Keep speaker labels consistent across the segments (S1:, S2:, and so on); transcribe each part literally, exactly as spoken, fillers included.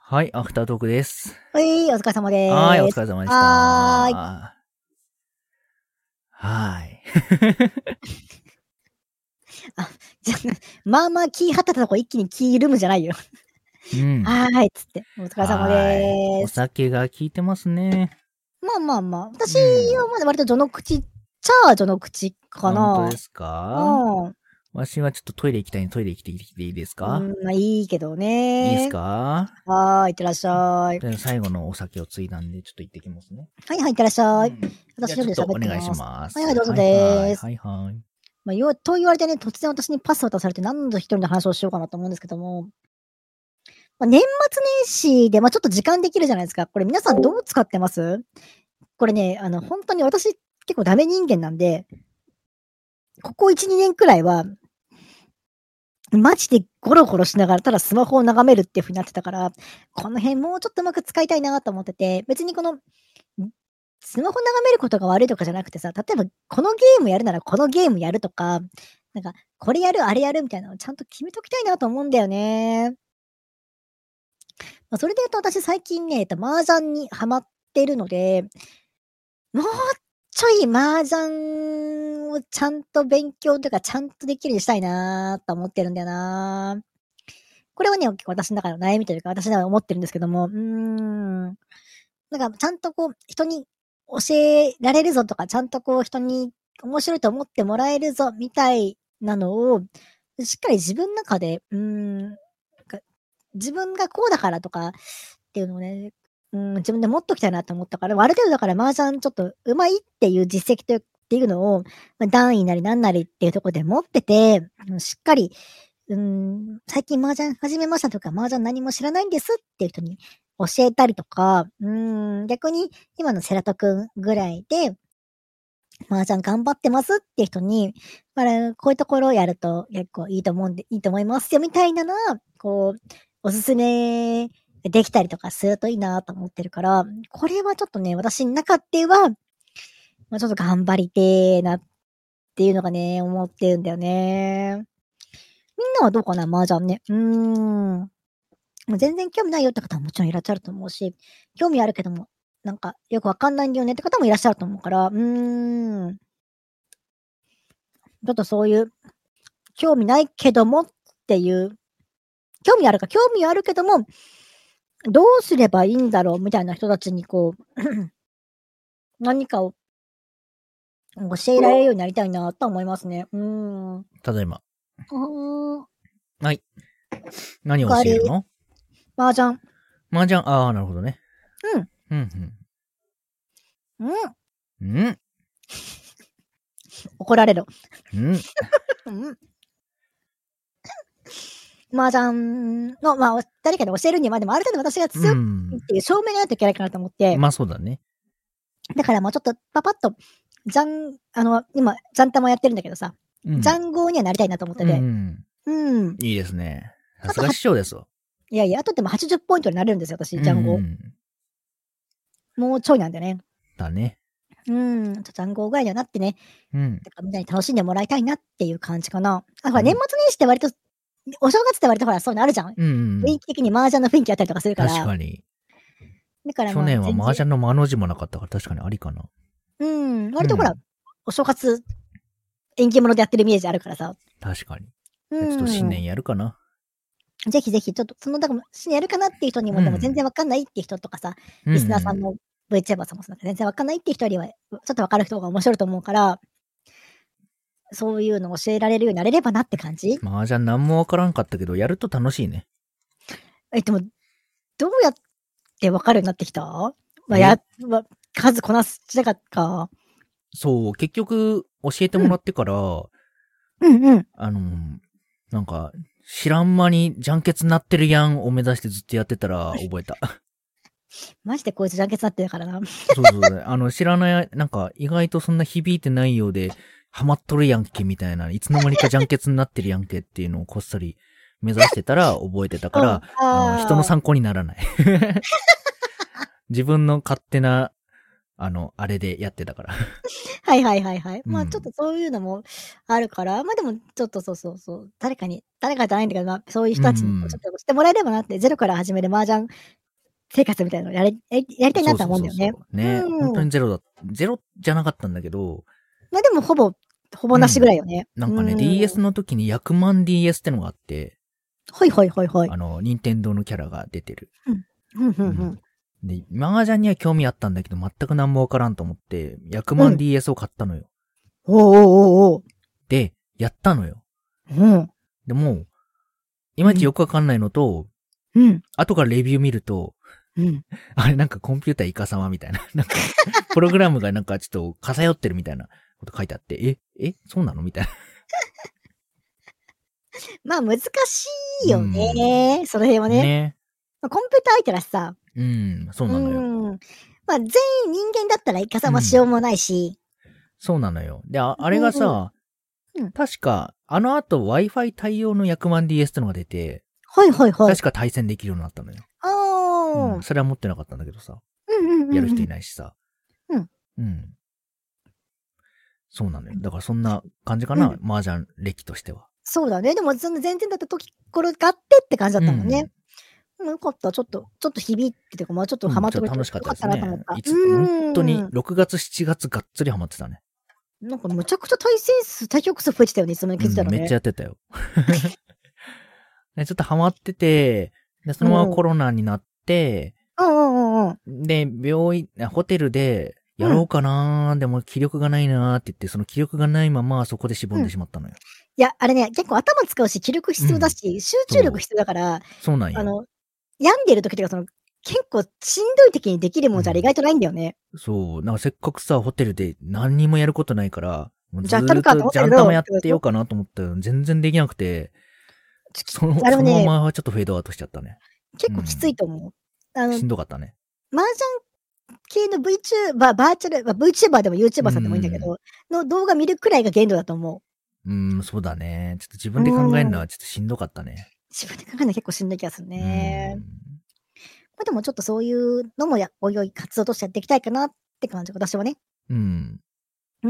S1: はい、アフタートークです。
S2: はい、お疲れ様でーす。
S1: はい、お疲れ様でした。
S2: はーい。
S1: はーい。
S2: あ、じゃまあまあ気張ってたとこ一気に気緩むじゃないよ。
S1: うん。
S2: はーい、つって。お疲れ様でーす。
S1: お酒が効いてますね。
S2: まあまあまあ、私はまだ割と序の口っちゃ序の口かな。
S1: 本当ですか？うん。わしはちょっとトイレ行きたいんでトイレ行ってきていいですか？
S2: うん、まあいいけどね。
S1: いいですか？
S2: はーい、いってらっしゃい。
S1: 最後のお酒をついだんで、ちょっと行ってきますね。
S2: はいはい、いってらっしゃい。うん、私
S1: ちょっとお願いします。
S2: はいはい、どうぞでーす。
S1: はいはい。はいはい。
S2: まあ、よ、と言われてね、突然私にパス渡されて何度一人の話をしようかなと思うんですけども、まあ、年末年始で、まあ、ちょっと時間できるじゃないですか。これ皆さんどう使ってます？これね、あの、本当に私結構ダメ人間なんで、ここいち、にねんくらいは、マジでゴロゴロしながらただスマホを眺めるっていう風になってたから、この辺もうちょっとうまく使いたいなと思ってて、別にこの、スマホ眺めることが悪いとかじゃなくてさ、例えばこのゲームやるならこのゲームやるとか、なんか、これやる、あれやるみたいなのをちゃんと決めときたいなと思うんだよね。まあ、それで言うと私最近ね、えっと、麻雀にハマってるので、もうちょい麻雀をちゃんと勉強というか、ちゃんとできるようにしたいなと思ってるんだよな。これはね、結構私の中の悩みというか、私の中で思ってるんですけども、うーん。なんかちゃんとこう、人に教えられるぞとか、ちゃんとこう、人に面白いと思ってもらえるぞみたいなのを、しっかり自分の中で、うーん、自分がこうだからとかっていうのをね、うん、自分で持っときたいなと思ったから、ある程度だから麻雀ちょっと上手いっていう実績とっていうのを、まあ、段位なりなんなりっていうところで持ってて、しっかり、うん、最近麻雀始めましたとか、麻雀何も知らないんですっていう人に教えたりとか、うん、逆に今のセラトくんぐらいで、麻雀頑張ってますっていう人に、まあ、こういうところをやると結構いいと思うんで、いいと思いますよみたいなのは、こう、おすすめできたりとかするといいなと思ってるから、これはちょっとね、私の中では、まあ、ちょっと頑張りてーなっていうのがね、思ってるんだよね。みんなはどうかな、麻雀ね。うーん。全然興味ないよって方ももちろんいらっしゃると思うし、興味あるけども、なんかよくわかんないんだよねって方もいらっしゃると思うから、うーん。ちょっとそういう、興味ないけどもっていう、興味あるか、興味あるけども、どうすればいいんだろうみたいな人たちにこう、何かを教えられるようになりたいなと思いますね。うーん。
S1: ただいま。
S2: うーん。
S1: はい。何を教えるの？
S2: 麻雀。
S1: 麻雀、ああ、なるほどね。
S2: うん。
S1: うん、うん。うん。うん。
S2: 怒られる。
S1: うん。
S2: うん。麻雀の、まあ、誰かに教えるには、でもある程度私が強いっていう証明がないといけないかなと思って。
S1: まあそうだね。
S2: だからもうちょっとパパッと、ジャン、あの、今、ジャンタマやってるんだけどさ、うん、ジャンゴーにはなりたいなと思ってて。うん。うん。
S1: いいですね。さすが師匠ですわ。
S2: いやいや、あとでもはちじゅうポイントになれるんですよ、私、ジャンゴー。うん、もうちょいなんだよね。
S1: だね。
S2: うん、ジャンゴーぐらいにはなってね。
S1: うん。
S2: だからみんなに楽しんでもらいたいなっていう感じかな。あ、ほら、年末年始って割と、お正月って割とほら、そういうのあるじゃん。うん。雰囲気的に麻雀の雰囲気あったりとかするから。
S1: 確かに。
S2: だから
S1: 去年は麻雀の間の字もなかったから確かにありかな。
S2: うん。割とほら、うん、お正月、縁起物でやってるイメージあるからさ。
S1: 確かに。うん。ちょっと新年やるかな。
S2: ぜひぜひ、ちょっと、その、だから、新年やるかなっていう人にも、うん、でも全然わかんないっていう人とかさ、リスナーさんも VTuber さんもさ、全然わかんないっていう人よりは、ちょっとわかる人が面白いと思うから、そういうのを教えられるようになれればなって感じ。
S1: 麻雀なんもわからんかったけど、やると楽しいね。
S2: え、でも、どうやってわかるようになってきた？まあ、や、まあ、数こなすしなかったか。
S1: そう、結局、教えてもらってから、うん、
S2: うんうん。
S1: あの、なんか、知らん間に、ジャンケツなってるやんを目指してずっとやってたら覚えた。
S2: マジでこいつジャンケツなってるからな。
S1: そうそう。あの、知らない、なんか、意外とそんな響いてないようで、ハマっとるやんけみたいな、いつの間にかジャンケツになってるやんけっていうのをこっそり目指してたら覚えてたから、うん、あの人の参考にならない。自分の勝手な、 あの、あれでやってたから。
S2: はいはいはいはい。まあ
S1: うん
S2: ちょっとそういうのもあるから、まあでもちょっとそうそうそう、誰かに、誰かじゃないんだけど、まあそういう人たちにこうちょっとしてもらえればなって、ゼロから始める麻雀生活みたいなのやり、やりやりたいなとは思うんだよね。
S1: そうそうそうそう。ね、
S2: うん。
S1: 本当にゼロだ。ゼロじゃなかったんだけど、
S2: まあでもほぼ、ほぼなしぐらいよね。
S1: なんかね、
S2: う
S1: ディーエス の時に役満 ディーエス ってのがあって、
S2: はいはいはいはい。
S1: あの、任天堂のキャラが出てる。
S2: うんうんうん。
S1: で、麻雀には興味あったんだけど、全く何もわからんと思って、役満 ディーエス を買ったのよ。
S2: おうおうおうおう。
S1: で、やったのよ。
S2: うん。
S1: でも、いまいちよくわかんないのと、
S2: うん。
S1: 後からレビュー見ると、
S2: うん。
S1: あれなんかコンピューターイカサマみたいな。なんか、プログラムがなんかちょっと偏ってるみたいなこと書いてあって、え、え、そうなのみたいな。
S2: まあ難しいよね。その辺はね。
S1: ね。
S2: まあコンピューター相手だしさ。
S1: うん、そうなのよ。
S2: うん。まあ全員人間だったらイカサマしようもないし。
S1: そうなのよ。で、ああれがさ、
S2: うん、
S1: 確か、あの後 Wi-Fi 対応の役満 ディーエス ってのが出て、
S2: はいはいはい。
S1: 確か対戦できるようになったのよ。
S2: ああ、
S1: うん、それは持ってなかったんだけどさ。
S2: うんうんうんうん。
S1: やる人いないしさ。
S2: うん。
S1: うん。そうなのよ。だからそんな感じかな、うん、麻雀歴としては。
S2: そうだね。でも、その全然だった時頃があってって感じだったもんね。うん、よかった。ちょっと、ちょっと響いててか、まあちょっとハマってくれて、
S1: 楽しかったですね。いつ、本当にろくがつ、しちがつがっつりハマってたね。
S2: なんかむちゃくちゃ対戦数、対局数増えてたよね、その気づいたらね、
S1: うん。めっちゃやってたよ。ちょっとハマってて、で、そのままコロナになって、
S2: うんうんうんうん。
S1: で、病院、ホテルで、やろうかなー、うん、でも気力がないなーって言って、その気力がないままそこでしぼんでしまったのよ。うん、
S2: いや、あれね、結構頭使うし、気力必要だし、うん、集中力必要だから、
S1: そうなんよ。
S2: あの、病んでる時とか、その、結構しんどい時にできるもんじゃ意外とないんだよね。
S1: うん、そう。なんかせっかくさ、ホテルで何にもやることないから、
S2: じゃあ、たるかと思ったけど。
S1: ジャンタマやってようかなと思ったら、全然できなくて、その、ね、そのままちょっとフェードアウトしちゃったね。
S2: 結構きついと思う。
S1: うん、あのしんどかったね。
S2: 麻雀系の VTuber、バーチャル、VTuber でも YouTuber さんでもいいんだけど、の動画見るくらいが限度だと思
S1: う。うん、そうだね。ちょっと自分で考えるのはちょっとしんどかったね。
S2: 自分で考えるのは結構しんどい気がするね。まあでもちょっとそういうのもや、おいおい活動としてやっていきたいかなって感じ、私はね。
S1: うん。
S2: うん。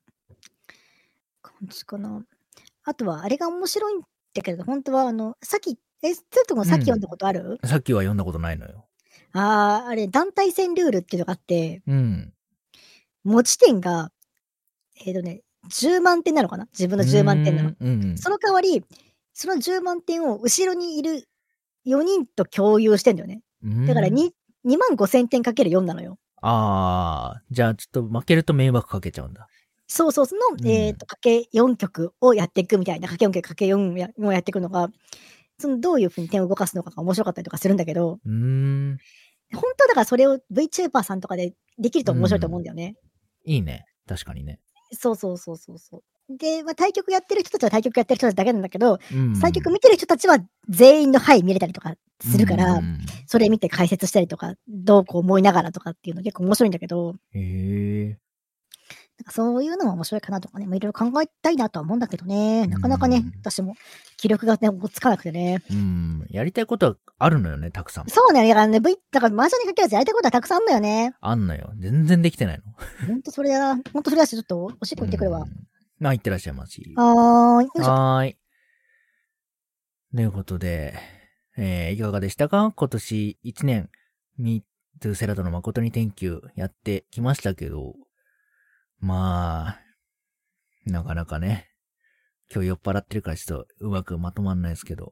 S2: 感じかな。あとは、あれが面白いんだけど、本当はあの、さっき、え、ちょっともさっき読んだことある、
S1: うん、さっきは読んだことないのよ。
S2: ああ、あれ、団体戦ルールっていうのがあって、
S1: うん。
S2: 持ち点が、えっ、ー、とね、じゅうまんてんなのかな自分のじゅうまんてんなの。
S1: うん、
S2: その代わり、そのじゅうまんてんを後ろにいるよにんと共有してんだよね。だからに、にまんごせんてんかけるよんなのよ。
S1: ああ、じゃあちょっと負けると迷惑かけちゃうんだ。
S2: そうそう、その、うん、えっ、ー、と、かけよん局をやっていくみたいな、かけよん局かけよんをやっていくのが、そのどういうふうに点を動かすのかが面白かったりとかするんだけど、
S1: うーん
S2: 本当だからそれを VTuber さんとかでできると面白いと思うんだよね。
S1: いいね。確かにね。
S2: そうそうそうそうそう。で、まあ、対局やってる人たちは対局やってる人たちだけなんだけど、うん、対局見てる人たちは全員の牌見れたりとかするから、うん、それ見て解説したりとか、どうこう思いながらとかっていうの結構面白いんだけど、
S1: へー。
S2: なんかそういうのも面白いかなとかね、まあ、いろいろ考えたいなとは思うんだけどね、なかなかね、うん、私も気力がね、つかなくてね。
S1: うん、やりたいことはあるのよね、たくさん。
S2: そうね、だからね、V、だから麻雀にかけらずやりたいことはたくさんあんのよね。
S1: あんのよ。全然できてないの。
S2: ほんとそれだ、ほんとそれだし、ちょっとおしっこ行ってくるわ。
S1: まあ、行ってらっしゃいまし。
S2: はーい。
S1: はーい。ということで、えー、いかがでしたか？今年いちねん、ミートゥーセラトの誠に天気やってきましたけど、まあ、なかなかね、今日酔っ払ってるからちょっとうまくまとまんないですけど。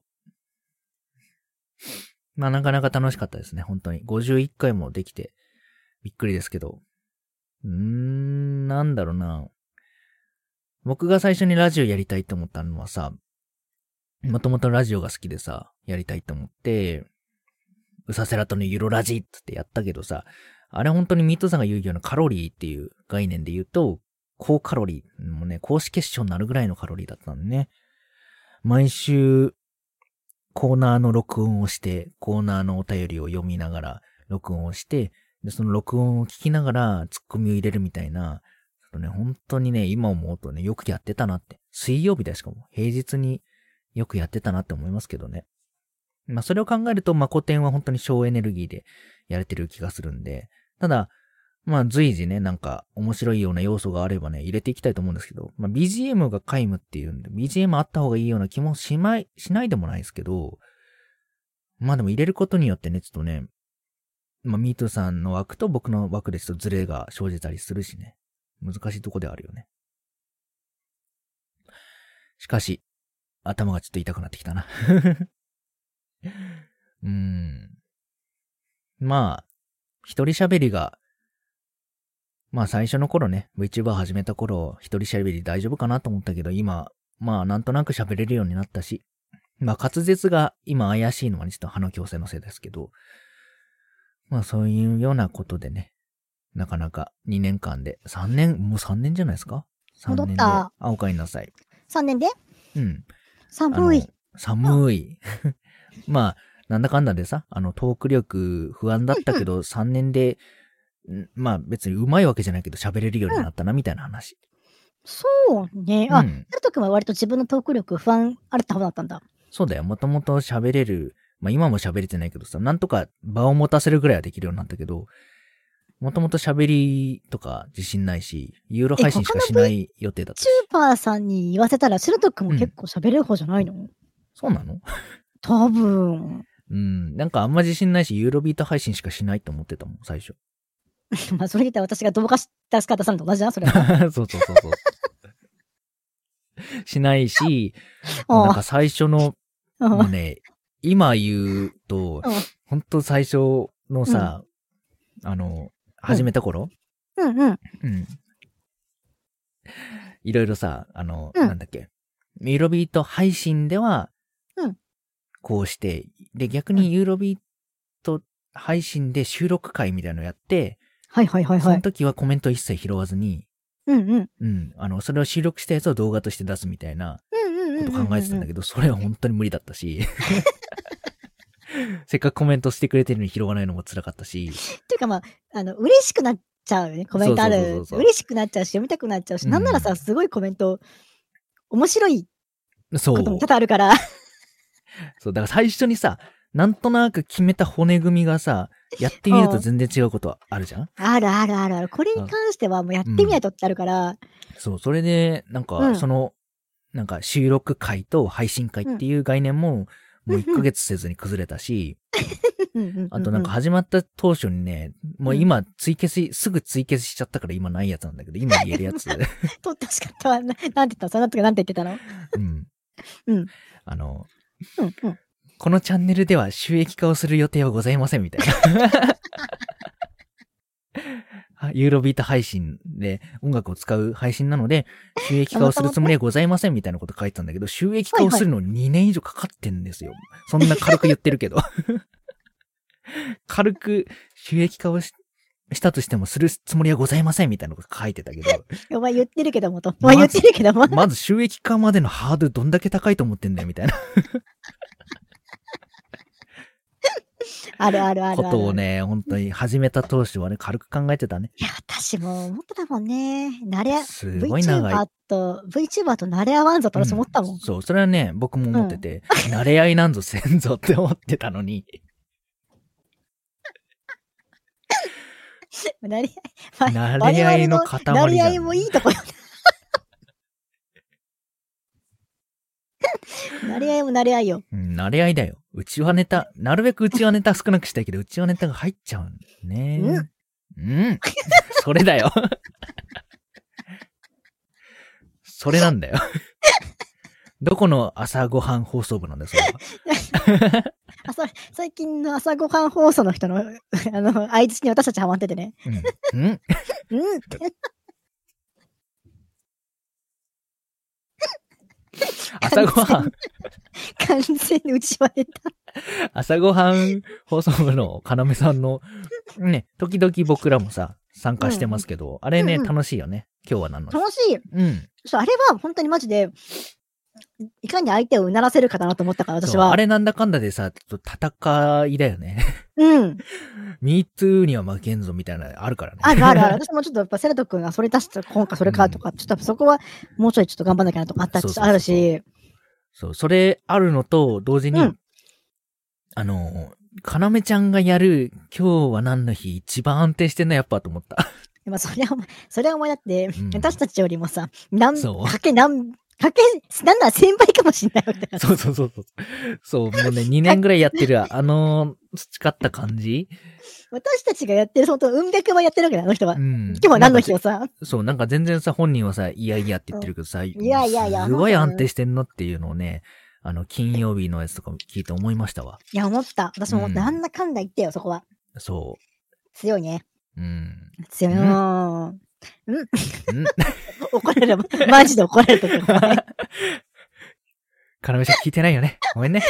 S1: まあなかなか楽しかったですね、本当に。ごじゅういっかいもできて、びっくりですけど。うーん、なんだろうな。僕が最初にラジオやりたいと思ったのはさ、もともとラジオが好きでさ、やりたいと思って、ウサセラトのユロラジってやったけどさ、あれ本当にミートさんが言うようなカロリーっていう概念で言うと、高カロリー、もうね、高脂血症になるぐらいのカロリーだったんでね。毎週、コーナーの録音をして、コーナーのお便りを読みながら、録音をして、で、その録音を聞きながら、ツッコミを入れるみたいな、ちょっとね、本当にね、今思うとね、よくやってたなって。水曜日だしかも、平日によくやってたなって思いますけどね。まあ、それを考えると、マコテンは本当に省エネルギーでやれてる気がするんで、ただ、 まあ随時ね、なんか面白いような要素があればね、入れていきたいと思うんですけど、まあ ビージーエム が皆無っていうんで、ビージーエム あった方がいいような気もしない、しないでもないですけど、まあでも入れることによってね、ちょっとね、まあ MeToo さんの枠と僕の枠でちょっとズレが生じたりするしね。難しいとこであるよね。しかし、頭がちょっと痛くなってきたな。うーん。まあ、一人喋りが、まあ最初の頃ね、VTuber 始めた頃、一人喋り大丈夫かなと思ったけど、今、まあなんとなく喋れるようになったし、まあ滑舌が今怪しいのはね、ちょっと歯の矯正のせいですけど、まあそういうようなことでね、なかなかにねんかんで、さんねん、もうさんねんじゃないですか ?さん 年で。
S2: 戻った。
S1: あ、お帰りなさい。
S2: さんねんで
S1: うん。
S2: 寒い。
S1: 寒い。まあ、なんだかんだでさ、あの、トーク力不安だったけど、さんねんで、まあ別に上手いわけじゃないけど喋れるようになったな、みたいな話。
S2: そうね。あ、
S1: うん。
S2: なるとくんは割と自分のトーク力不安あるった方だったんだ。
S1: そうだよ。もともと喋れる。まあ今も喋れてないけどさ、なんとか場を持たせるぐらいはできるようになったけど、もともと喋りとか自信ないし、ユーロ配信しかしない予定だったし。
S2: チューパーさんに言わせたら、シルト君も結構喋れる方じゃないの、うん、
S1: そうなの
S2: 多分。
S1: うん。なんかあんま自信ないし、ユーロビート配信しかしないと思ってたもん、最初。
S2: まあ、それ言ったら私が動画出し方さんと同じな、それは。
S1: そうそうそうそう。しないし、なんか最初の、もうね、今言うと、ほんと最初のさ、うん、あの、始めた頃、
S2: うん、うんうん
S1: うん。いろいろさ、あの、うん、なんだっけ、ユーロビート配信では、
S2: うん、
S1: こうして、で、逆にユーロビート配信で収録会みたいなのやって、
S2: はいはいはいはい。
S1: その時はコメント一切拾わずに、
S2: うんうん。
S1: うん。あの、それを収録したやつを動画として出すみたいなこと考えてたんだけど、それは本当に無理だったし、せっかくコメントしてくれてるのに拾わないのも辛かったし。
S2: っていうかまあ、あの、嬉しくなっちゃうよね、コメントある。そうそうそうそう嬉しくなっちゃうし、読みたくなっちゃうし、うん、なんならさ、すごいコメント、面白いことも多々あるから。
S1: そう、だから最初にさ、なんとなく決めた骨組みがさ、やってみると全然違うことあるじゃん？
S2: あるあるあるある。これに関してはもうやってみないとってあるから。うん、
S1: そう、それで、なんか、うん、その、なんか収録会と配信会っていう概念も、もういっかげつせずに崩れたし、あとなんか始まった当初にね、もう今追消し、すぐ追消しちゃったから今ないやつなんだけど、今言えるやつ。
S2: 撮ってほしかったわ。な、なんて言ったの？その時なんて言ってたの？
S1: うん。
S2: うん。
S1: あの、
S2: うんうん。
S1: このチャンネルでは収益化をする予定はございませんみたいな。ユーロビート配信で音楽を使う配信なので、収益化をするつもりはございませんみたいなこと書いてたんだけど、収益化をするのににねん以上かかってんですよ。はいはい、そんな軽く言ってるけど。軽く収益化を し, したとしてもするつもりはございませんみたいなこと書いてたけど。
S2: お前言ってるけどもと。お前言ってるけども。
S1: まず収益化までのハードルどんだけ高いと思ってんだよみたいな。
S2: あるあるあるある。
S1: ことをね、本当に始めた当初はね、軽く考えてたね。
S2: いや、私も思ってたもんね。慣れ、
S1: すごい長い。
S2: VTuber と、VTuber と慣れ合わんぞと私思ったもん。うん、
S1: そう、それはね、僕も思ってて、うん、慣れ合いなんぞせんぞって思ってたのに。
S2: 慣れ合い、
S1: 慣れ合いの塊じゃん。
S2: 慣れ合いもいいところ。慣れ合いも慣れ合いよ。
S1: うん、慣れ合いだよ。うちわネタ、なるべくうちわネタ少なくしたいけど、うちわネタが入っちゃうんね。うん。うん。それだよ。それなんだよ。どこの朝ごはん放送部なんだよ、それは。
S2: あ、それ、最近の朝ごはん放送の人の、あの、相槌に私たちハマっててね。
S1: うん。うん。
S2: うんって。
S1: 朝ごはん。
S2: 完全にうちわネタ。
S1: 朝ごはん放送部の要さんの、ね、時々僕らもさ、参加してますけど、うん、あれね、うんうん、楽しいよね。今日は何の
S2: 楽しい。
S1: うん。
S2: そう、あれは本当にマジで、いかに相手をうならせるかだなと思ったから、私は。
S1: あれなんだかんだでさ、ちょっと戦いだよね。
S2: うん。
S1: MeToo には負けんぞみたいなのあるからね。
S2: あるあるある。私もちょっとやっぱセレト君がそれ出した今回それかとか、うん、ちょっとそこはもうちょいちょっと頑張んなきゃなとかあったりあるし。
S1: そう、それあるのと同時に、うん、あの、 かなめちゃんがやる今日は何の日一番安定してんな、やっぱと思った。
S2: まあ、それは、それはお前だって、
S1: うん
S2: 私たちよりもさ、何、
S1: そう
S2: かけ何、かけ、なんなら先輩かもしんないわけだから。
S1: そうそうそうそう。そう、もうね、にねんぐらいやってる、あの、培った感じ
S2: 私たちがやってる、本当うん百倍やってるわけだ、あの人は。
S1: うん。
S2: 今日は何の日をさ。
S1: そう、なんか全然さ、本人はさ、いやいやって言ってるけどさ、い
S2: やいやいや
S1: すごい安定してんのっていうのをね、あの、金曜日のやつとか聞いて思いましたわ。
S2: いや、思った。私も思った。
S1: うん
S2: なんだかんだ言ってよ、そこは。
S1: そ
S2: 強いね。
S1: う。うん。
S2: 強いなぁ。うん
S1: うん
S2: 怒られる。マジで怒られるとこね。
S1: かなめちゃん聞いてないよね。ごめんね。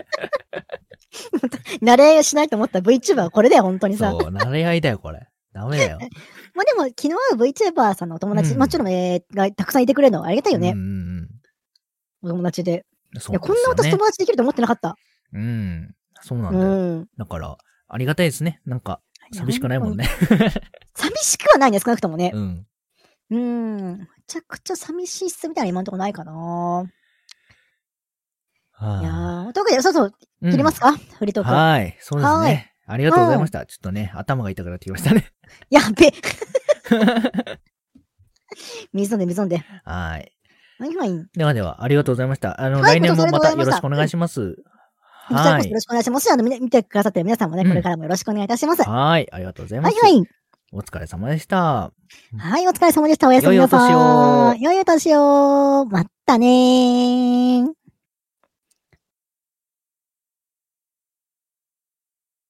S2: 慣れ合いしないと思った VTuber はこれだよ、本当にさ。
S1: そう、慣れ合いだよ、これ。ダメだよ。
S2: まあでも、気の合う VTuber さんのお友達、
S1: うん
S2: もちろん、えー、がたくさんいてくれるのはありがたいよね。
S1: うんうん
S2: お友達で。
S1: うん。そ
S2: いうや、こんな私友達できると思ってなかった。
S1: うん。そうなん
S2: う
S1: だよ。
S2: ん。
S1: だから、ありがたいですね。なんか、寂しくないもんね。
S2: 寂しくはないね、少なくともね。
S1: うん。
S2: うん。めちゃくちゃ寂しいっすみたいな今のところないかな。
S1: はい
S2: やー、というわけで、そうそう、切りますか、フリートーク。
S1: はい。そうです
S2: はい
S1: ね。ありがとうございました。ちょっとね、頭が痛くなってきましたね。
S2: やっべ。水飲んで、水飲んで。
S1: はい。
S2: はいはい。
S1: ではでは、ありがとうございました。あの、
S2: はい
S1: 来年もまた
S2: ごちそうさまでございました
S1: よろしくお願いします。
S2: こちら
S1: はい
S2: こそよろ。しくお願いします。あの、見見てくださってる皆さんもね、
S1: うん
S2: これからもよろしくお願いいたします。は
S1: はい。ありがとうございます。
S2: いはい。
S1: お疲れ様でした。
S2: はい、お疲れ様でした。おやすみなさい。
S1: 良いお年を
S2: 良いお年を。まったねー。